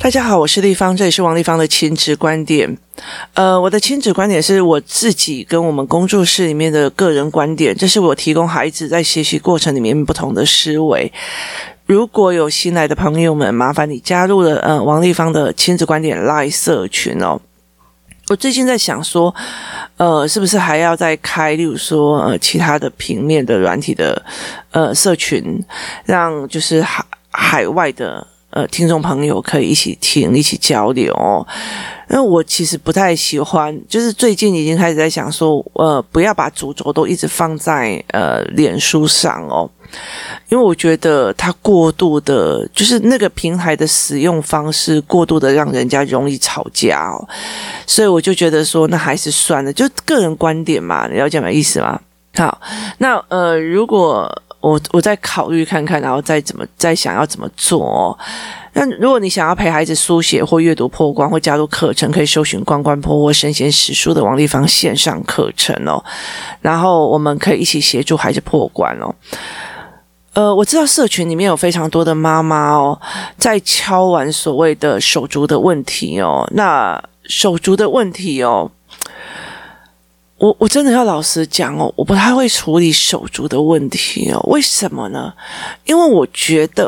大家好，我是立方，这里是王立方的亲子观点。我的亲子观点是我自己跟我们工作室里面的个人观点，这是我提供孩子在学习过程里面不同的思维。如果有新来的朋友们，麻烦你加入了王立方的亲子观点 LINE 社群哦。我最近在想说，是不是还要再开，例如说其他的平面的软体的社群，让就是海外的听众朋友可以一起听、一起交流哦。因为我其实不太喜欢，就是最近已经开始在想说，不要把主轴都一直放在脸书上哦。因为我觉得它过度的，就是那个平台的使用方式过度的让人家容易吵架哦，所以我就觉得说，那还是算了，就个人观点嘛，你了解我的意思吗？好，那如果我再考虑看看，然后再想要怎么做哦。那如果你想要陪孩子书写或阅读破关或加入课程，可以搜寻关关破或圣贤识书的王立方线上课程哦，然后我们可以一起协助孩子破关哦。我知道社群里面有非常多的妈妈哦，在敲完所谓的手足的问题哦。那手足的问题哦，我真的要老实讲哦，我不太会处理手足的问题哦。为什么呢？因为我觉得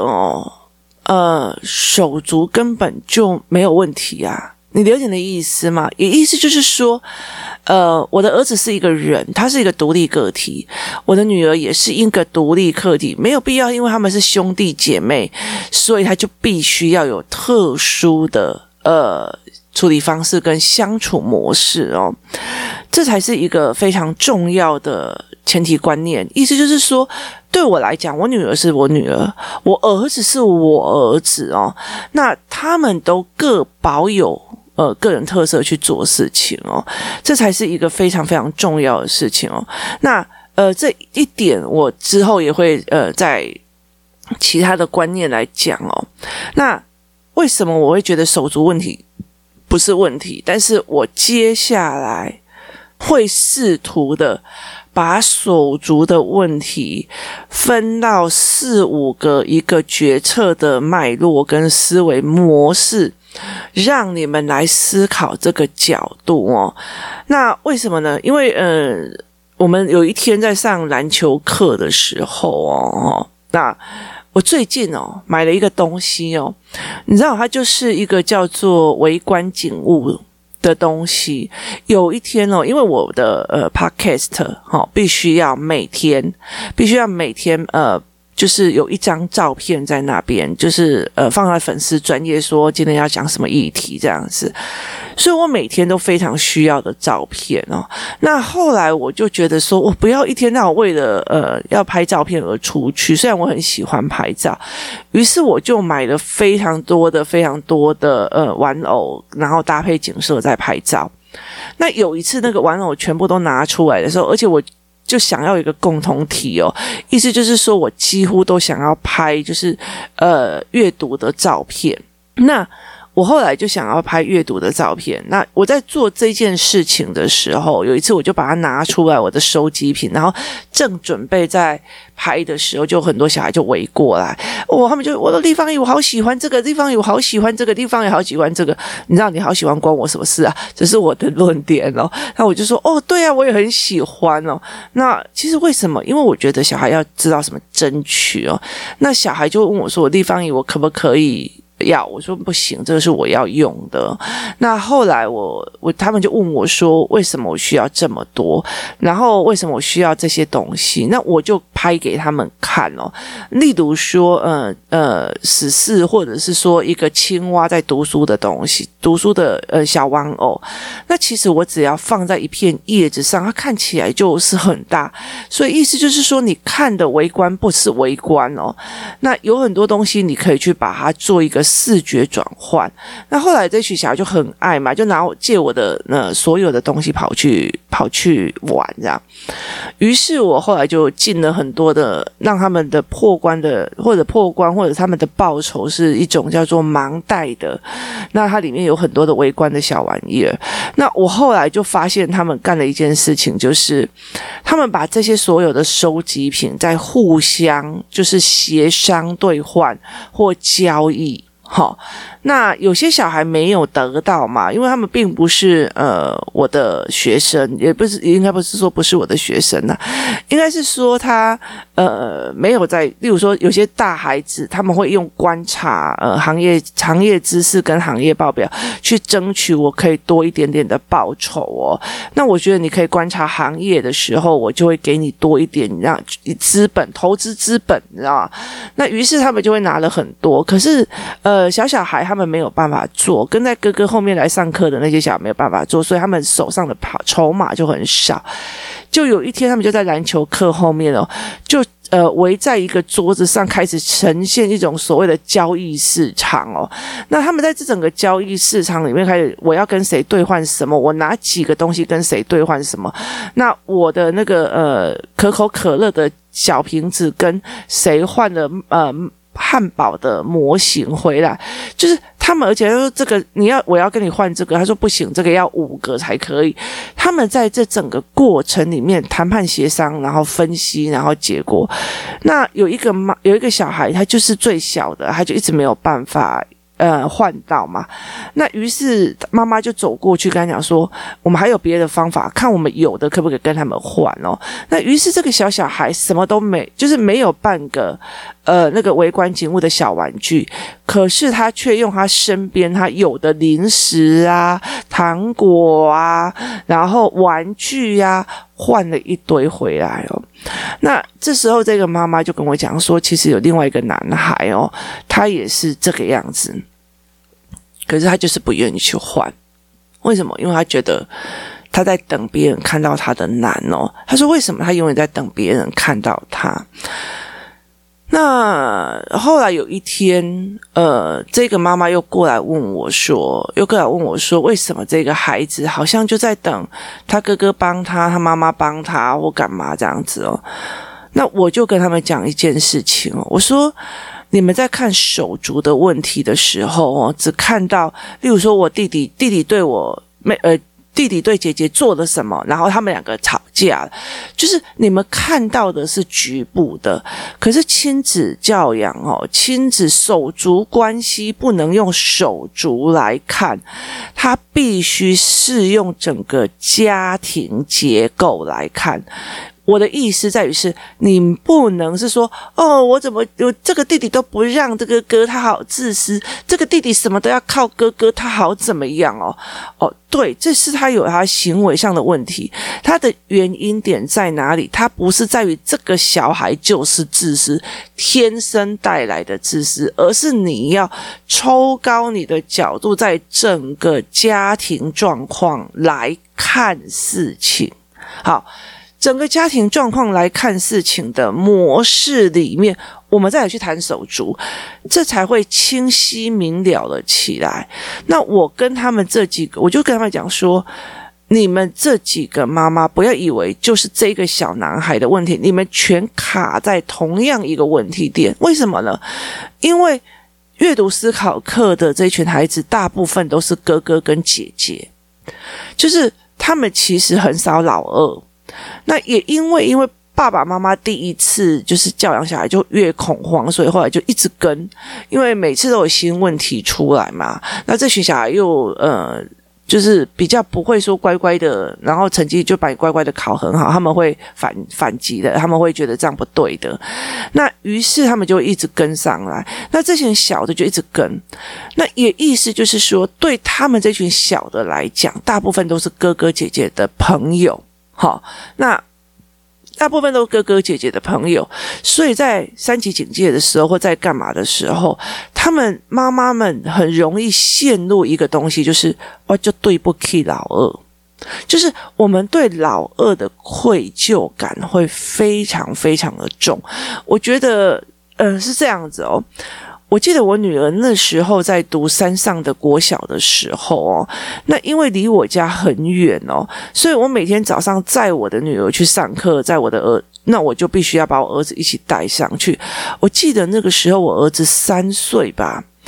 手足根本就没有问题啊。你了解的意思吗？意思就是说，我的儿子是一个人，他是一个独立个体，我的女儿也是一个独立个体，没有必要因为他们是兄弟姐妹，所以他就必须要有特殊的处理方式跟相处模式哦，这才是一个非常重要的前提观念。意思就是说，对我来讲，我女儿是我女儿，我儿子是我儿子哦，那他们都各保有个人特色去做事情哦，这才是一个非常非常重要的事情哦。那这一点我之后也会在其他的观念来讲哦。那为什么我会觉得手足问题不是问题？但是我接下来会试图的把手足的问题分到4-5个一个决策的脉络跟思维模式，让你们来思考这个角度哦。那为什么呢？因为我们有一天在上篮球课的时候哦，那我最近买了一个东西哦，你知道它就是一个叫做微观景物的东西。有一天因为我的podcast 必须要每天就是有一张照片在那边，就是放在粉丝专页说今天要讲什么议题这样子，所以我每天都非常需要的照片哦。那后来我就觉得说，我不要一天到晚为了要拍照片而出去，虽然我很喜欢拍照，于是我就买了非常多的玩偶，然后搭配景色在拍照。那有一次那个玩偶全部都拿出来的时候，而且我就想要有一个共同体哦，意思就是说我几乎都想要拍就是阅读的照片。那我后来就想要拍阅读的照片，那我在做这件事情的时候，有一次我就把它拿出来我的收集品，然后正准备在拍的时候，就很多小孩就围过来，他们就我的立方爷我好喜欢这个，地方也我好喜欢这个，地方也好喜欢这个，你知道你好喜欢关我什么事啊？这是我的论点哦。那我就说对啊，我也很喜欢哦。那其实为什么？因为我觉得小孩要知道什么争取哦。那小孩就问我说，我立方爷我可不可以我说不行，这个是我要用的。那后来他们就问我说，为什么我需要这么多？然后为什么我需要这些东西？那我就拍给他们看哦。例如说，死侍，或者是说一个青蛙在读书的东西，读书的小玩偶。那其实我只要放在一片叶子上，它看起来就是很大。所以意思就是说，你看的微观不是微观哦。那有很多东西你可以去把它做一个视觉转换。那后来这群小孩就很爱嘛，就借我的所有的东西跑去玩这样。于是我后来就进了很多的让他们的破关或者他们的报酬是一种叫做盲袋的，那它里面有很多的微观的小玩意儿。那我后来就发现他们干了一件事情，就是他们把这些所有的收集品在互相就是协商兑换或交易好，那有些小孩没有得到嘛，因为他们并不是我的学生，也不是应该不是说不是我的学生啊，应该是说他没有在，例如说有些大孩子他们会用观察行业知识跟行业报表去争取我可以多一点点的报酬哦。那我觉得你可以观察行业的时候，我就会给你多一点让资本投资资本，你知道吗？那于是他们就会拿了很多，可是小孩他们没有办法做，跟在哥哥后面来上课的那些小孩没有办法做，所以他们手上的筹码就很少。就有一天他们就在篮球课后面哦，就围在一个桌子上开始呈现一种所谓的交易市场哦。那他们在这整个交易市场里面开始，我要跟谁兑换什么，我拿几个东西跟谁兑换什么，那我的那个可口可乐的小瓶子跟谁换了汉堡的模型回来，就是他们，而且他说这个我要跟你换这个，他说不行，这个要5个才可以。他们在这整个过程里面谈判协商，然后分析，然后结果，那有一个小孩，他就是最小的，他就一直没有办法换到嘛。那于是妈妈就走过去跟他讲说，我们还有别的方法，看我们有的可不可以跟他们换哦。那于是这个小孩什么都没，就是没有半个那个微观景物的小玩具，可是他却用他身边他有的零食啊、糖果啊，然后玩具啊，换了一堆回来哦。那这时候这个妈妈就跟我讲说，其实有另外一个男孩哦，他也是这个样子，可是他就是不愿意去换。为什么？因为他觉得他在等别人看到他的难哦。他说为什么他永远在等别人看到他？那后来有一天，这个妈妈又过来问我说，为什么这个孩子好像就在等他哥哥帮他，他妈妈帮他或干嘛这样子哦？那我就跟他们讲一件事情哦，我说你们在看手足的问题的时候哦，只看到，例如说我弟弟对我弟弟对姐姐做了什么，然后他们两个吵架了，就是你们看到的是局部的，可是亲子教养哦，亲子手足关系不能用手足来看，它必须是用整个家庭结构来看。我的意思在于是，你不能是说，我这个弟弟都不让这个哥，他好自私，这个弟弟什么都要靠哥哥，他好怎么样哦，对，这是他有他行为上的问题，他的原因点在哪里？他不是在于这个小孩就是自私，天生带来的自私，而是你要抽高你的角度，在整个家庭状况来看事情。好，整个家庭状况来看事情的模式里面，我们再来去谈手足，这才会清晰明了了起来。那我跟他们这几个，我就跟他们讲说，你们这几个妈妈不要以为就是这个小男孩的问题，你们全卡在同样一个问题点。为什么呢？因为阅读思考课的这群孩子大部分都是哥哥跟姐姐，就是他们其实很少老二。那也因为爸爸妈妈第一次就是教养小孩就越恐慌，所以后来就一直跟，因为每次都有新问题出来嘛。那这群小孩又就是比较不会说乖乖的，然后成绩就把你乖乖的考很好，他们会反击的，他们会觉得这样不对的。那于是他们就一直跟上来，那这群小的就一直跟。那也意思就是说，对他们这群小的来讲，大部分都是哥哥姐姐的朋友。好，那大部分都是哥哥姐姐的朋友，所以在3级警戒的时候或在干嘛的时候，他们妈妈们很容易陷入一个东西，就是我就对不起老二，就是我们对老二的愧疚感会非常非常的重。我觉得是这样子哦。我记得我女儿那时候在读山上的国小的时候哦，那因为离我家很远哦，所以我每天早上载我的女儿去上课，那我就必须要把我儿子一起带上去。我记得那个时候我儿子3岁吧，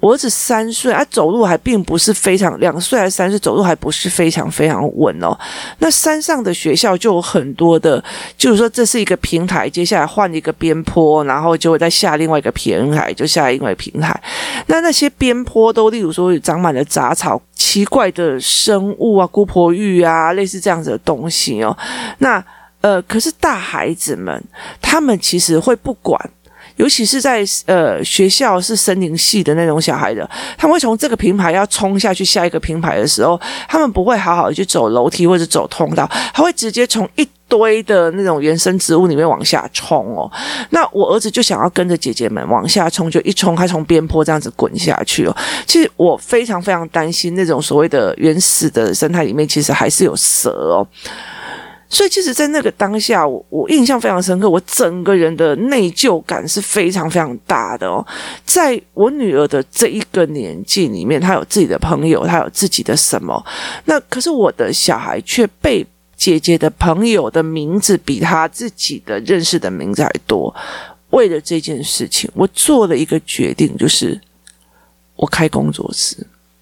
我儿子3岁，走路还并不是非常，2岁还是3岁，走路还不是非常非常稳哦。那山上的学校就有很多的，就是说这是一个平台，接下来换一个边坡，然后就会再下另外一个平台，就下另外一个平台。那些边坡都，例如说长满了杂草、奇怪的生物啊、姑婆芋啊，类似这样子的东西哦。那可是大孩子们，他们其实会不管。尤其是在学校是森林系的那种小孩的，他们会从这个平台要冲下去下一个平台的时候，他们不会好好的去走楼梯或者走通道，他会直接从一堆的那种原生植物里面往下冲哦。那我儿子就想要跟着姐姐们往下冲，就一冲他从边坡这样子滚下去哦。其实我非常非常担心那种所谓的原始的生态里面其实还是有蛇哦。所以其实在那个当下我印象非常深刻，我整个人的内疚感是非常非常大的哦。在我女儿的这一个年纪里面，她有自己的朋友，她有自己的什么，那可是我的小孩却被姐姐的朋友的名字比她自己的认识的名字还多。为了这件事情，我做了一个决定，就是我开工作室。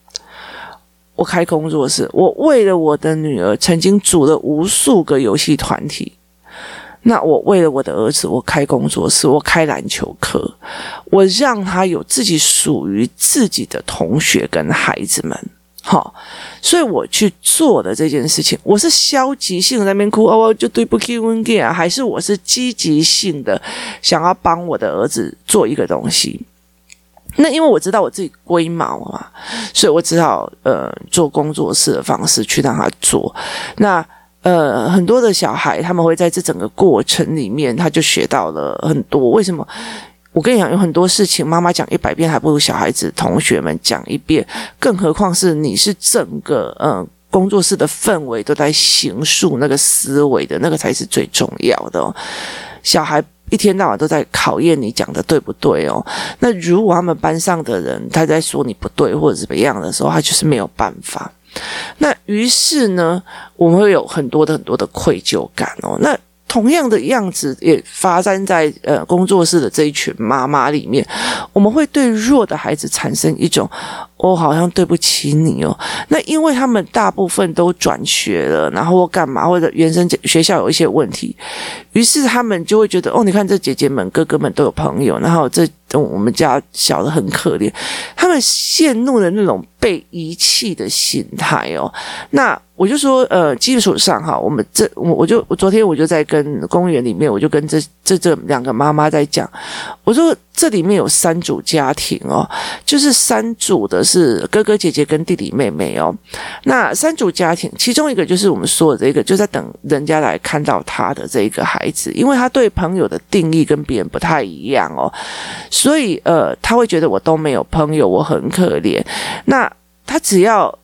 我为了我的女儿曾经组了无数个游戏团体，那我为了我的儿子，我开工作室，我开篮球课，我让他有自己属于自己的同学跟孩子们。好，所以我去做的这件事情，我是消极性的在那边哭我就对不起温给啊，还是我是积极性的想要帮我的儿子做一个东西。那因为我知道我自己龟毛嘛，所以我只好做工作室的方式去让他做。那很多的小孩他们会在这整个过程里面，他就学到了很多。为什么？我跟你讲，有很多事情妈妈讲100遍还不如小孩子同学们讲1遍，更何况是你是整个工作室的氛围都在形塑那个思维的，那个才是最重要的哦。小孩一天到晚都在考验你讲的对不对哦。那如果他们班上的人他在说你不对或者怎么样的时候，他就是没有办法。那于是呢，我们会有很多的愧疚感哦。那同样的样子也发生在工作室的这一群妈妈里面，我们会对弱的孩子产生一种我好像对不起你哦。那因为他们大部分都转学了，然后干嘛，或者原生学校有一些问题，于是他们就会觉得你看这姐姐们哥哥们都有朋友，然后我们家小的很可怜，他们陷入了那种被遗弃的心态哦。那我就说基础上哈，我昨天我就在跟公园里面，我就跟这2个妈妈在讲，我说这里面有3组家庭哦，就是3组的是哥哥姐姐跟弟弟妹妹哦。那3组家庭，其中一个就是我们说的这个，就在等人家来看到他的这个孩子，因为他对朋友的定义跟别人不太一样哦，所以他会觉得我都没有朋友，我很可怜。那他只要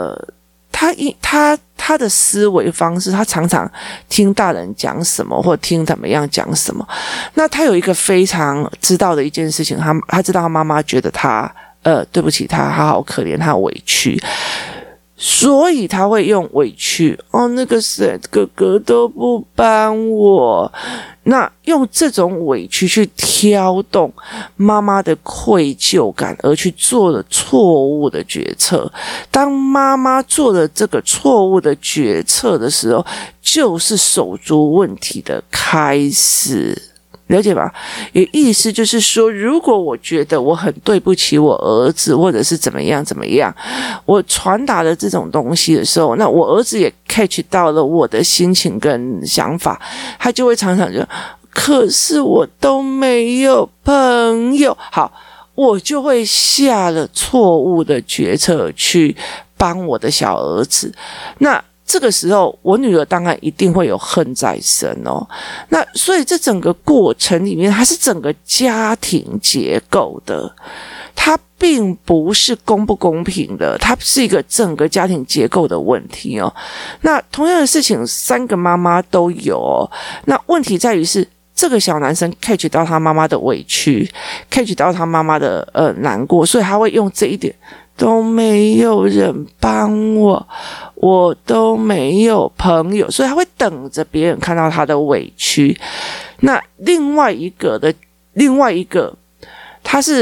他的思维方式，他常常听大人讲什么，或听怎么样讲什么。那他有一个非常知道的一件事情，他知道他妈妈觉得他对不起他好可怜，他委屈，所以他会用委屈那个谁哥哥都不帮我，那用这种委屈去挑动妈妈的愧疚感，而去做了错误的决策。当妈妈做了这个错误的决策的时候，就是手足问题的开始。了解吧？也意思就是说，如果我觉得我很对不起我儿子，或者是怎么样，我传达了这种东西的时候，那我儿子也 catch 到了我的心情跟想法，他就会常常就，可是我都没有朋友。好，我就会下了错误的决策去帮我的小儿子。那这个时候我女儿当然一定会有恨在身哦。那所以这整个过程里面，它是整个家庭结构的，它并不是公不公平的，它是一个整个家庭结构的问题哦。那同样的事情3个妈妈都有哦。那问题在于是这个小男生 catch 到他妈妈的委屈， catch 到他妈妈的难过，所以他会用这一点，都没有人帮我，我都没有朋友，所以他会等着别人看到他的委屈。那另外一个，他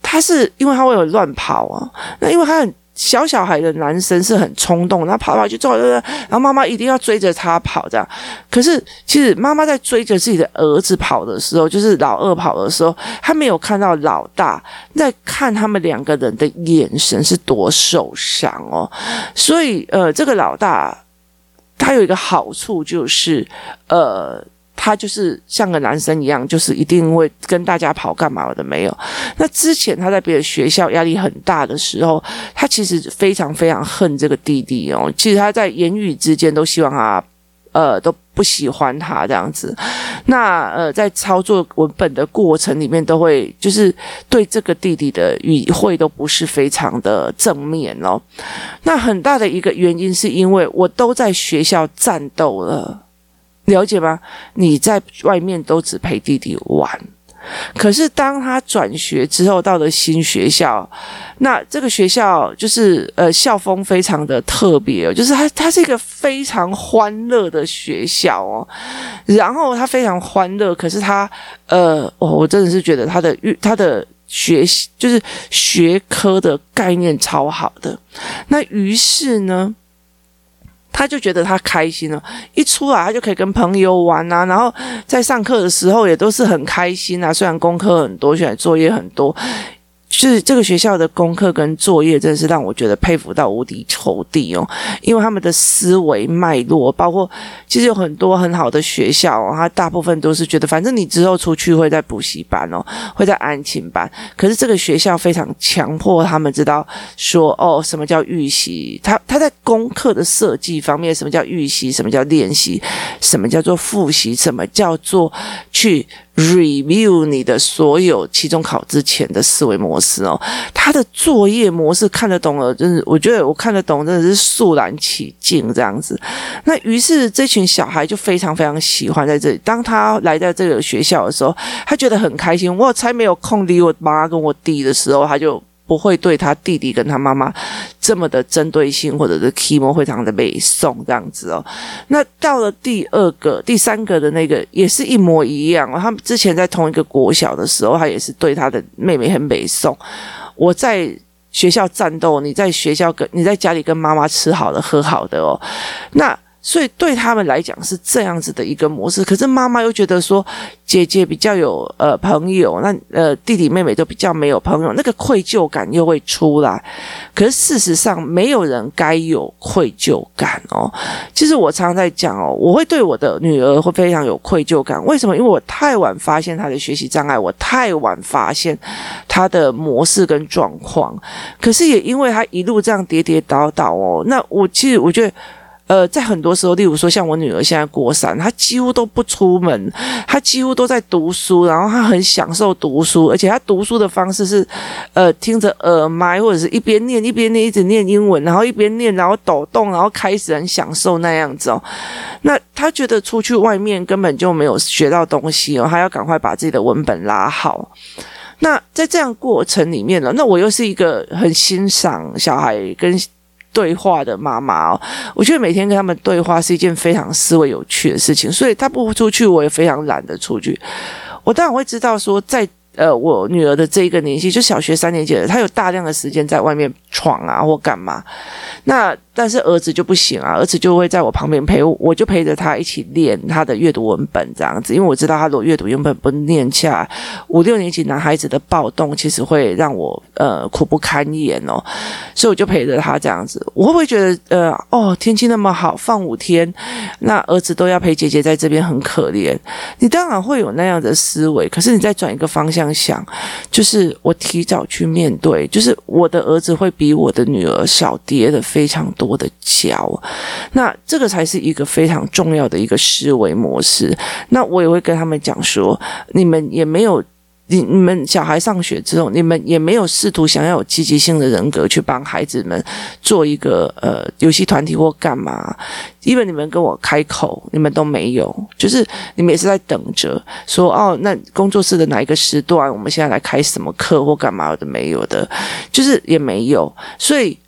他是因为他会有乱跑啊，那因为他很小孩的男生是很冲动，然后跑去走，然后妈妈一定要追着他跑这样。可是其实妈妈在追着自己的儿子跑的时候，就是老二跑的时候，他没有看到老大在看他们两个人的眼神是多受伤哦。所以这个老大他有一个好处就是他就是像个男生一样，就是一定会跟大家跑干嘛的没有。那之前他在别的学校压力很大的时候，他其实非常非常恨这个弟弟哦。其实他在言语之间都希望他都不喜欢他这样子。那在操作文本的过程里面，都会就是对这个弟弟的语汇都不是非常的正面哦。那很大的一个原因是因为我都在学校战斗了。了解吗？你在外面都只陪弟弟玩，可是当他转学之后到了新学校，那这个学校就是校风非常的特別，就是它是一个非常欢乐的学校哦。然后它非常欢乐，可是它我真的是觉得它的学习就是学科的概念超好的。那于是呢，他就觉得他开心了，一出来他就可以跟朋友玩啊，然后在上课的时候也都是很开心啊，虽然功课很多，虽然作业很多，就是这个学校的功课跟作业真的是让我觉得佩服到无敌仇敌哦，因为他们的思维脉络，包括其实有很多很好的学校哦，他大部分都是觉得反正你之后出去会在补习班哦，会在安亲班，可是这个学校非常强迫他们知道说什么叫预习，他在功课的设计方面，什么叫预习，什么叫练习，什么叫做复习，什么叫做去review 你的所有期中考之前的思维模式哦，他的作业模式看得懂了，真是我觉得我看得懂，真的是肃然起敬这样子。那于是这群小孩就非常非常喜欢在这里。当他来到这个学校的时候，他觉得很开心。我才没有空理我妈跟我弟的时候，他就不会对他弟弟跟他妈妈这么的针对性，或者是 kimo 非常的背诵这样子哦。那到了第三个的那个也是一模一样哦。他们之前在同一个国小的时候，他也是对他的妹妹很背诵。我在学校战斗，你在家里跟妈妈吃好的喝好的哦。那所以对他们来讲是这样子的一个模式，可是妈妈又觉得说姐姐比较有朋友，那弟弟妹妹都比较没有朋友，那个愧疚感又会出来。可是事实上没有人该有愧疚感哦。其实我常常在讲哦，我会对我的女儿会非常有愧疚感。为什么？因为我太晚发现她的学习障碍，我太晚发现她的模式跟状况。可是也因为她一路这样跌跌倒倒哦，那其实我觉得在很多时候，例如说像我女儿现在国3，她几乎都不出门，她几乎都在读书，然后她很享受读书，而且她读书的方式是听着耳麦，或者是一边念一直念英文，然后一边念然后抖动，然后开始很享受那样子哦。那她觉得出去外面根本就没有学到东西哦，她要赶快把自己的文本拉好。那在这样过程里面呢，那我又是一个很欣赏小孩跟对话的妈妈哦，我觉得每天跟他们对话是一件非常思维有趣的事情，所以他不出去，我也非常懒得出去。我当然会知道说，在我女儿的这一个年纪，就小学3年级了，她有大量的时间在外面闯啊或干嘛。那但是儿子就不行啊，儿子就会在我旁边陪我，就陪着他一起练他的阅读文本这样子，因为我知道他如果阅读文本不念下来，5、6年级男孩子的暴动其实会让我苦不堪言哦，所以我就陪着他这样子。我会不会觉得天气那么好，放5天，那儿子都要陪姐姐在这边很可怜？你当然会有那样的思维，可是你再转一个方向想，就是我提早去面对，就是我的儿子会比我的女儿少跌了非常多的跤，那这个才是一个非常重要的一个思维模式。那我也会跟他们讲说，你们也没有你们小孩上学之后，你们也没有试图想要有积极性的人格去帮孩子们做一个游戏团体或干嘛，因为你们跟我开口，你们都没有，就是你们也是在等着说那工作室的哪一个时段，我们现在来开什么课或干嘛的，没有的，就是也没有。所以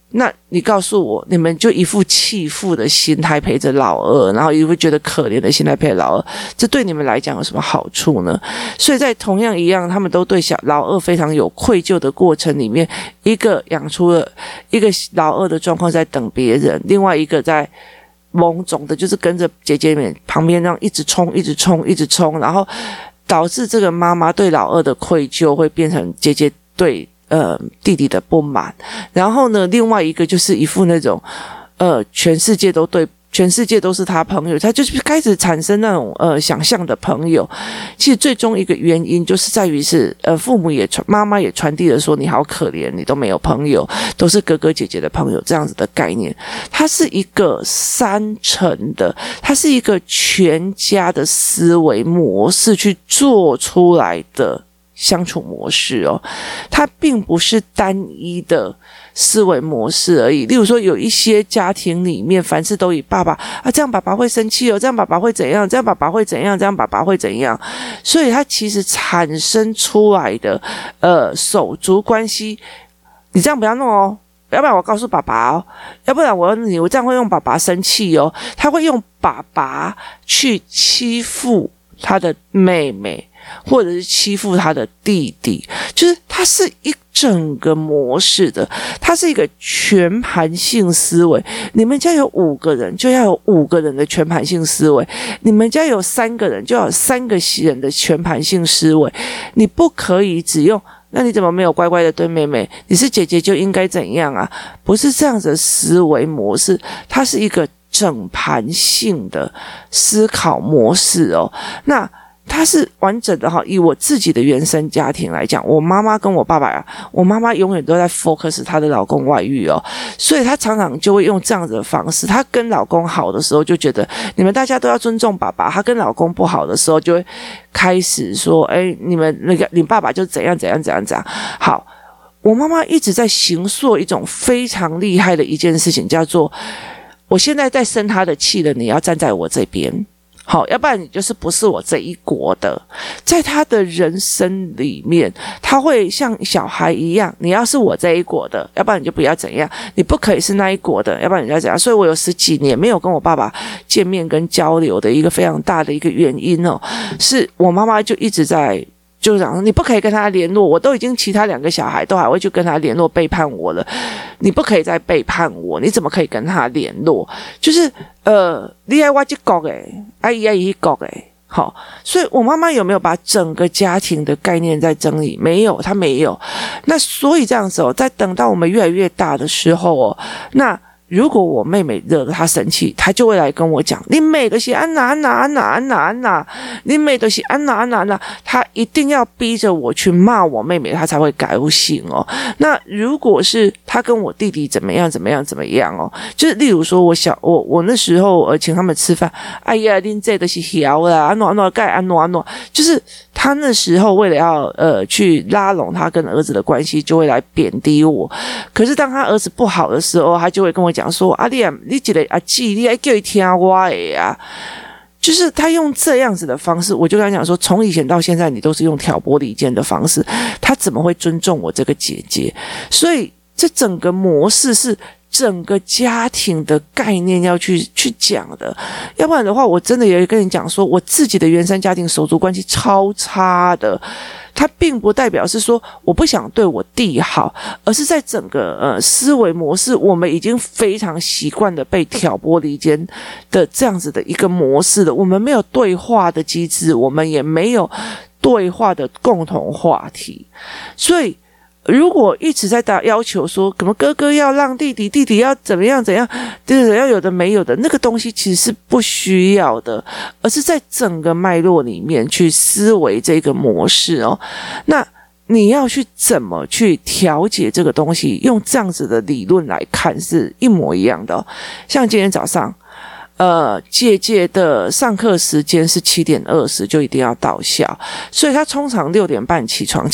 那你告诉我，你们就一副弃妇的心态陪着老二，然后也会觉得可怜的心态陪着老二，这对你们来讲有什么好处呢？所以在同样一样，他们都对老二非常有愧疚的过程里面，一个养出了一个老二的状况在等别人，另外一个在懵懂的，就是跟着姐姐们旁边这样一直冲，一直冲，一直冲，然后导致这个妈妈对老二的愧疚会变成姐姐对弟弟的不满，然后呢，另外一个就是一副那种全世界都是他朋友，他就是开始产生那种想象的朋友。其实最终一个原因就是在于是父母妈妈也传递了说你好可怜，你都没有朋友，都是哥哥姐姐的朋友这样子的概念。它是一个3层的，它是一个全家的思维模式去做出来的相处模式哦，它并不是单一的思维模式而已。例如说，有一些家庭里面，凡事都以爸爸啊，这样爸爸会生气哦，这样爸爸会怎样，这样爸爸会怎样，这样爸爸会怎样，所以它其实产生出来的手足关系，你这样不要弄哦，要不然我告诉爸爸哦，要不然我这样会用爸爸生气哦，他会用爸爸去欺负他的妹妹，或者是欺负他的弟弟，就是它是一整个模式的，它是一个全盘性思维。你们家有5个人，就要有5个人的全盘性思维；你们家有3个人，就要有3个人的全盘性思维。你不可以只用那你怎么没有乖乖的对妹妹？你是姐姐就应该怎样啊？不是这样子的思维模式，它是一个整盘性的思考模式哦。那它是完整的哈，以我自己的原生家庭来讲，我妈妈跟我爸爸啊，我妈妈永远都在 focus 她的老公外遇哦，所以她常常就会用这样子的方式。她跟老公好的时候就觉得你们大家都要尊重爸爸，她跟老公不好的时候就会开始说，你们那个你爸爸就怎样怎样怎样怎样。好，我妈妈一直在形塑一种非常厉害的一件事情，叫做我现在在生他的气了，你要站在我这边。好，要不然你就是不是我这一国的。在他的人生里面，他会像小孩一样，你要是我这一国的，要不然你就不要怎样，你不可以是那一国的，要不然你要怎样。所以我有10几年没有跟我爸爸见面跟交流的一个非常大的一个原因哦，是我妈妈就一直在就讲说你不可以跟他联络，我都已经其他2个小孩都还会去跟他联络，背叛我了，你不可以再背叛我，你怎么可以跟他联络？就是你爱我这国诶，爱伊爱伊国诶，好，所以我妈妈有没有把整个家庭的概念在整理？没有，她没有。那所以这样子哦，在等到我们越来越大的时候哦，那如果我妹妹惹了她生气，她就会来跟我讲，你妹都是安哪安哪安哪安哪安哪，你妹都是安哪安哪安哪，她一定要逼着我去骂我妹妹，她才会改醒哦。那如果是她跟我弟弟怎么样怎么样怎么样哦，就是例如说我那时候请他们吃饭，哎呀，恁这都是晓啦，安诺安诺盖安诺安诺，就是他那时候为了要去拉拢他跟儿子的关系，就会来贬低我。可是当他儿子不好的时候，他就会跟我讲说：“啊，你一个阿姊，你还叫伊听我的啊。”就是他用这样子的方式，我就跟他讲说，从以前到现在，你都是用挑拨离间的方式，他怎么会尊重我这个姐姐？所以这整个模式是整个家庭的概念要去讲的，要不然的话，我真的也跟你讲说，我自己的原生家庭手足关系超差的。它并不代表是说我不想对我弟好，而是在整个思维模式，我们已经非常习惯的被挑拨离间的这样子的一个模式了。我们没有对话的机制，我们也没有对话的共同话题，所以如果一直在要求说，可能哥哥要让弟弟，弟弟要怎么样怎样，弟弟要有的没有的，那个东西其实是不需要的，而是在整个脉络里面去思维这个模式哦。那你要去怎么去调节这个东西，用这样子的理论来看是一模一样的哦。像今天早上姐的上课时间是7点20就一定要到校，所以他通常6点半起床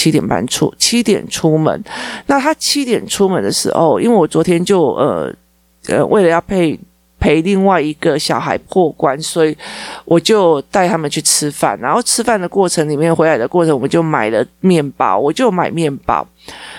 ，7点出门。那他7点出门的时候，因为我昨天就为了要陪另外一个小孩破关，所以我就带他们去吃饭，然后吃饭的过程里面，回来的过程我们就买了面包，我就买面包。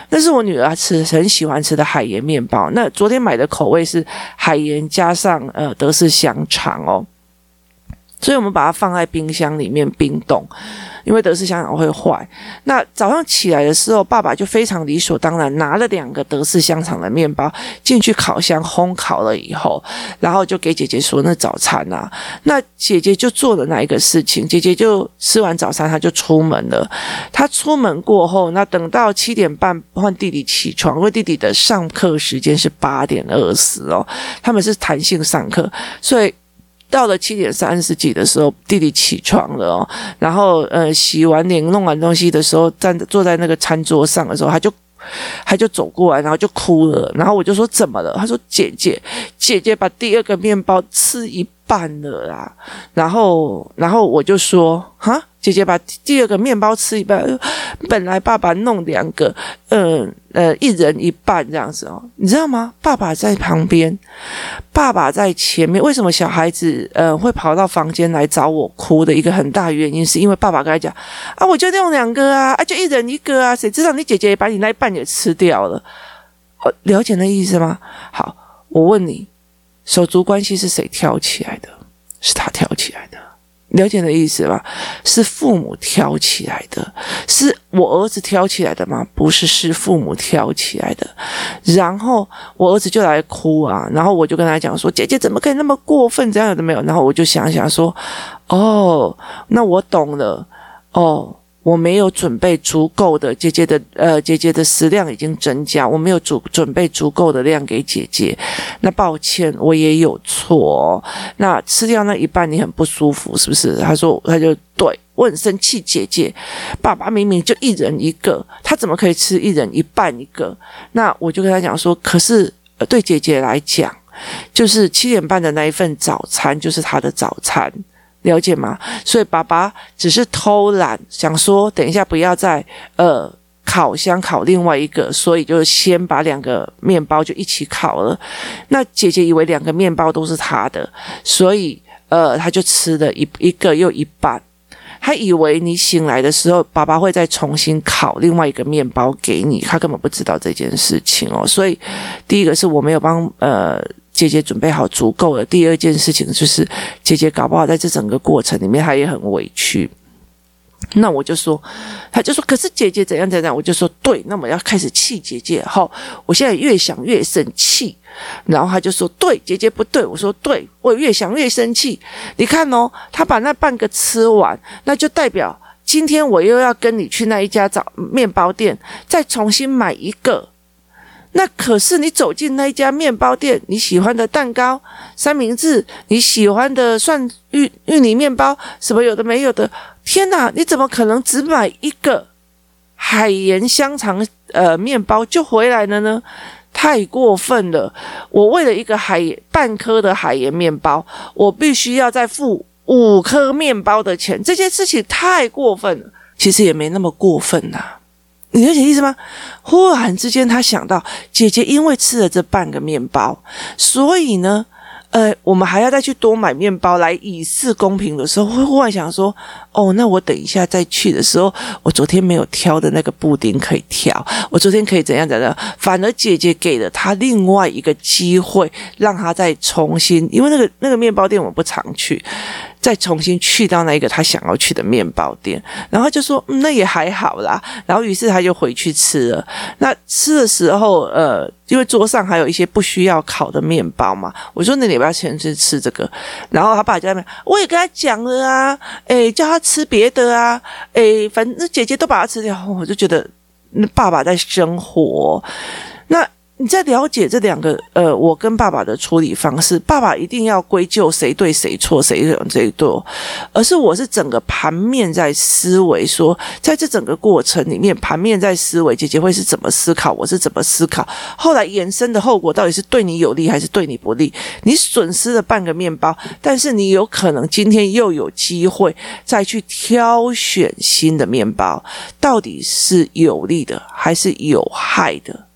那是我女儿很喜欢吃的海盐面包。那昨天买的口味是海盐加上德式香肠哦。所以我们把它放在冰箱里面冰冻，因为德式香肠会坏。那早上起来的时候，爸爸就非常理所当然拿了2个德式香肠的面包进去烤箱烘烤了以后，然后就给姐姐说那早餐啊。那姐姐就做了那一个事情，姐姐就吃完早餐她就出门了。她出门过后，那等到7点半换弟弟起床，因为弟弟的上课时间是8点20哦，他们是弹性上课，所以到了7点30几的时候，弟弟起床了哦，然后洗完脸弄完东西的时候，坐在那个餐桌上的时候，他就走过来，然后就哭了，然后我就说怎么了？他说姐姐把第2个面包吃一半了啦，然后我就说哈，姐姐把第2个面包吃一半，本来爸爸弄2个，一人一半这样子哦，你知道吗？爸爸在旁边，爸爸在前面。为什么小孩子会跑到房间来找我哭的一个很大原因，是因为爸爸跟他讲啊，我就用2个啊，就一人1个啊，谁知道你姐姐也把你那一半也吃掉了？了解那意思吗？好，我问你，手足关系是谁挑起来的？是他挑起来的。了解的意思吗？是父母挑起来的。是我儿子挑起来的吗？不是，是父母挑起来的。然后我儿子就来哭啊，然后我就跟他讲说，姐姐怎么可以那么过分，这样有的没有。然后我就想说，哦，那我懂了，哦，我没有准备足够的姐姐的食量已经增加，我没有准备足够的量给姐姐，那抱歉，我也有错哦。那吃掉那一半你很不舒服是不是？他就对，我很生气，姐姐，爸爸明明就一人1个，他怎么可以吃一人一半1个？那我就跟他讲说，可是对姐姐来讲，就是7点半的那一份早餐就是她的早餐。了解吗？所以爸爸只是偷懒，想说等一下不要再烤箱烤另外1个，所以就先把2个面包就一起烤了。那姐姐以为2个面包都是她的，所以她就吃了一个又一半。他以为你醒来的时候，爸爸会再重新烤另外1个面包给你，他根本不知道这件事情哦。所以第一个是我没有帮姐姐准备好足够的，第2件事情就是姐姐搞不好在这整个过程里面她也很委屈。那我就说，他就说，可是姐姐怎样怎样，我就说对，那么要开始气姐姐。好，我现在越想越生气，然后他就说对，姐姐不对，我说对，我越想越生气。你看哦，他把那半个吃完，那就代表今天我又要跟你去那一家找面包店，再重新买1个。那可是你走进那一家面包店，你喜欢的蛋糕、三明治，你喜欢的蒜芋泥面包，什么有的没有的，天哪！你怎么可能只买1个海盐香肠面包就回来了呢？太过分了！我为了一个半颗的海盐面包，我必须要再付5颗面包的钱，这件事情太过分了。其实也没那么过分啊。你了解意思吗？忽然之间他想到姐姐因为吃了这半个面包，所以呢我们还要再去多买面包来以示公平的时候，会忽然想说，哦，那我等一下再去的时候，我昨天没有挑的那个布丁可以挑，我昨天可以怎样怎样，反而姐姐给了他另外一个机会，让他再重新，因为那个面包店我不常去，再重新去到那个他想要去的面包店，然后就说那也还好啦，然后于是他就回去吃了。那吃的时候因为桌上还有一些不需要烤的面包嘛，我说那你不要先去吃这个，然后他爸就在那边，我也跟他讲了啊，叫他吃别的啊，反正姐姐都把它吃掉，我就觉得那爸爸在生火。那你在了解这2个我跟爸爸的处理方式，爸爸一定要归咎谁对谁错，谁对，而是我是整个盘面在思维说，在这整个过程里面，盘面在思维，姐姐会是怎么思考，我是怎么思考，后来衍生的后果到底是对你有利还是对你不利？你损失了半个面包，但是你有可能今天又有机会再去挑选新的面包，到底是有利的还是有害的？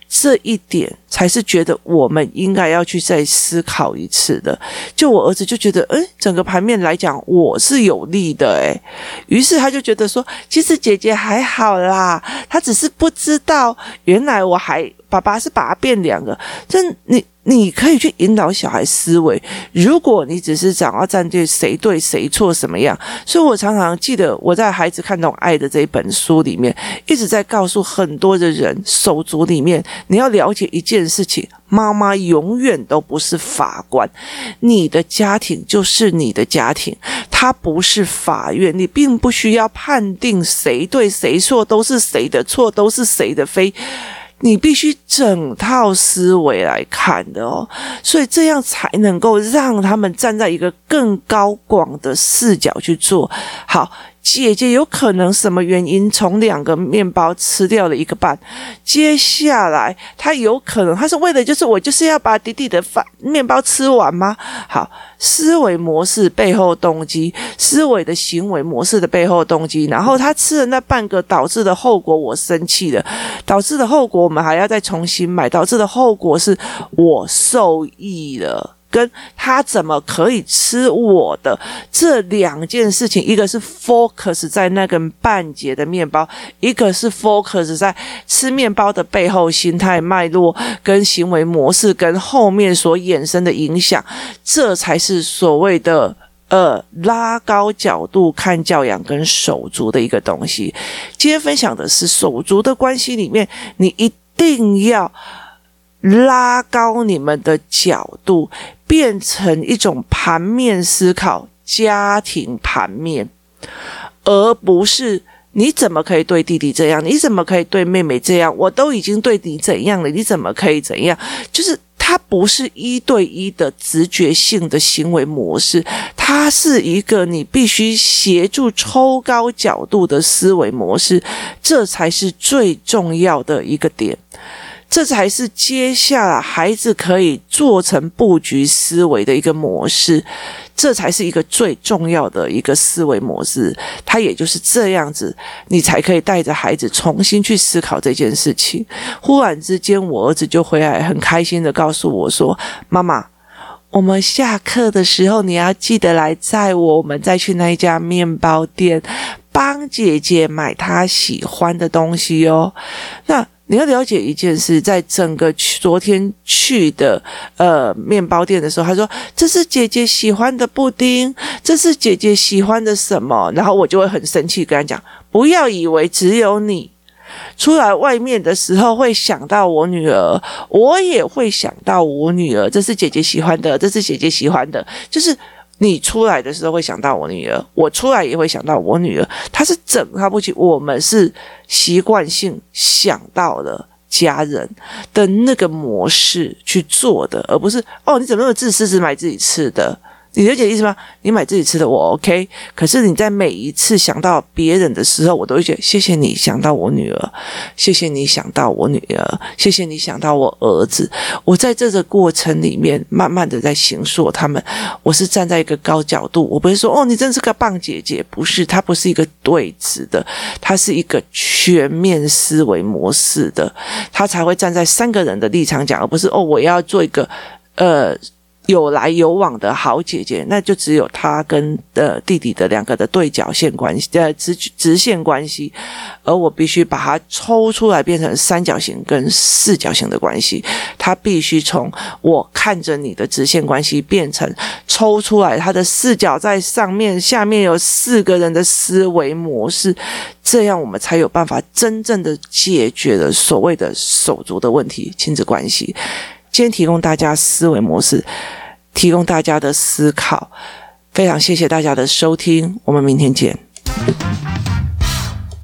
这一点才是觉得我们应该要去再思考一次的。就我儿子就觉得，整个盘面来讲我是有利的，于是他就觉得说，其实姐姐还好啦，他只是不知道原来爸爸是把它变两个。这你可以去引导小孩思维，如果你只是想要站队谁对谁错什么样。所以我常常记得我在《孩子看懂爱》的这一本书里面一直在告诉很多的人，手足里面你要了解一件事情，妈妈永远都不是法官，你的家庭就是你的家庭，它不是法院，你并不需要判定谁对谁错，都是谁的错，都是谁的非，你必须整套思维来看的哦，所以这样才能够让他们站在一个更高广的视角去做。好，姐姐有可能什么原因从2个面包吃掉了1个半，接下来她有可能她是为了我就是要把弟弟的面包吃完吗？好，思维模式背后动机，思维的行为模式的背后动机，然后他吃了那半个导致的后果，我生气了，导致的后果我们还要再重新买，导致的后果是我受益了，跟他怎么可以吃我的，这2件事情，一个是 focus 在那个半截的面包，一个是 focus 在吃面包的背后心态脉络跟行为模式跟后面所衍生的影响，这才是所谓的拉高角度看教养跟手足的一个东西。今天分享的是手足的关系里面，你一定要拉高你们的角度，变成一种盘面思考，家庭盘面，而不是你怎么可以对弟弟这样，你怎么可以对妹妹这样，我都已经对你怎样了，你怎么可以怎样，就是它不是1对1的直觉性的行为模式，它是一个你必须协助抽高角度的思维模式，这才是最重要的一个点，这才是接下来孩子可以做成布局思维的一个模式，这才是一个最重要的一个思维模式。它也就是这样子，你才可以带着孩子重新去思考这件事情。忽然之间，我儿子就回来很开心的告诉我说，妈妈，我们下课的时候你要记得来载我们再去那一家面包店帮姐姐买她喜欢的东西哦。那你要了解一件事，在整个昨天去的面包店的时候，他说这是姐姐喜欢的布丁，这是姐姐喜欢的什么，然后我就会很生气跟他讲，不要以为只有你出来外面的时候会想到我女儿，我也会想到我女儿，这是姐姐喜欢的，这是姐姐喜欢的，就是你出来的时候会想到我女儿，我出来也会想到我女儿，它是整套不起，我们是习惯性想到了家人的那个模式去做的，而不是你怎么那么自私，只买自己吃的。你了解意思吗？你买自己吃的我 OK， 可是你在每一次想到别人的时候，我都会觉得谢谢你想到我女儿，谢谢你想到我女儿，谢谢你想到我儿子。我在这个过程里面慢慢的在形塑他们，我是站在一个高角度，我不会说你真是个棒姐姐，不是，它不是一个对峙的，它是一个全面思维模式的，它才会站在3个人的立场讲，而不是我要做一个有来有往的好姐姐，那就只有她跟弟弟的2个的对角线关系，直线关系，而我必须把它抽出来变成3角形跟4角形的关系，它必须从我看着你的直线关系变成抽出来它的4角在上面，下面有4个人的思维模式，这样我们才有办法真正的解决了所谓的手足的问题，亲子关系。今天提供大家思维模式，提供大家的思考，非常谢谢大家的收听，我们明天见。